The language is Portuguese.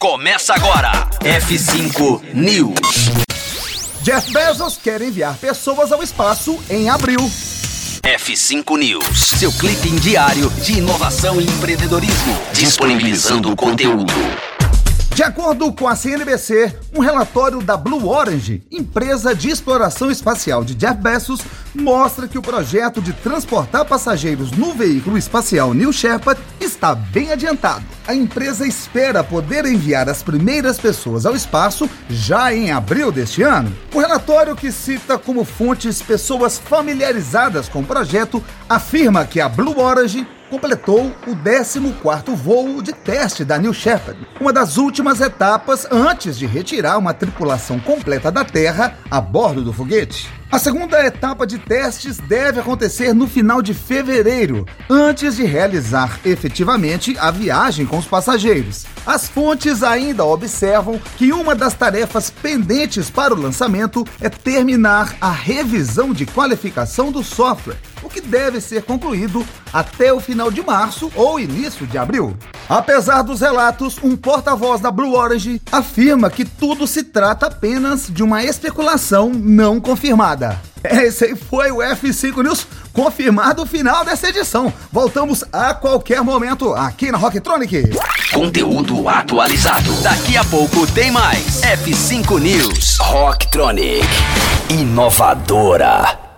Começa agora. F5 News. Jeff Bezos quer enviar pessoas ao espaço em abril. F5 News, seu clipe diário de inovação e empreendedorismo, disponibilizando o conteúdo. De acordo com a CNBC, um relatório da Blue Origin, empresa de exploração espacial de Jeff Bezos, mostra que o projeto de transportar passageiros no veículo espacial New Shepard está bem adiantado. A empresa espera poder enviar as primeiras pessoas ao espaço já em abril deste ano. O relatório, que cita como fontes pessoas familiarizadas com o projeto, afirma que a Blue Origin completou o 14º voo de teste da New Shepard, uma das últimas etapas antes de retirar uma tripulação completa da Terra a bordo do foguete. A segunda etapa de testes deve acontecer no final de fevereiro, antes de realizar efetivamente a viagem com os passageiros. As fontes ainda observam que uma das tarefas pendentes para o lançamento é terminar a revisão de qualificação do software, o que deve ser concluído até o final de março ou início de abril. Apesar dos relatos, um porta-voz da Blue Origin afirma que tudo se trata apenas de uma especulação não confirmada. Esse aí foi o F5 News, confirmado o final dessa edição. Voltamos a qualquer momento aqui na Rocktronic. Conteúdo atualizado. Daqui a pouco tem mais. F5 News. Rocktronic. Inovadora.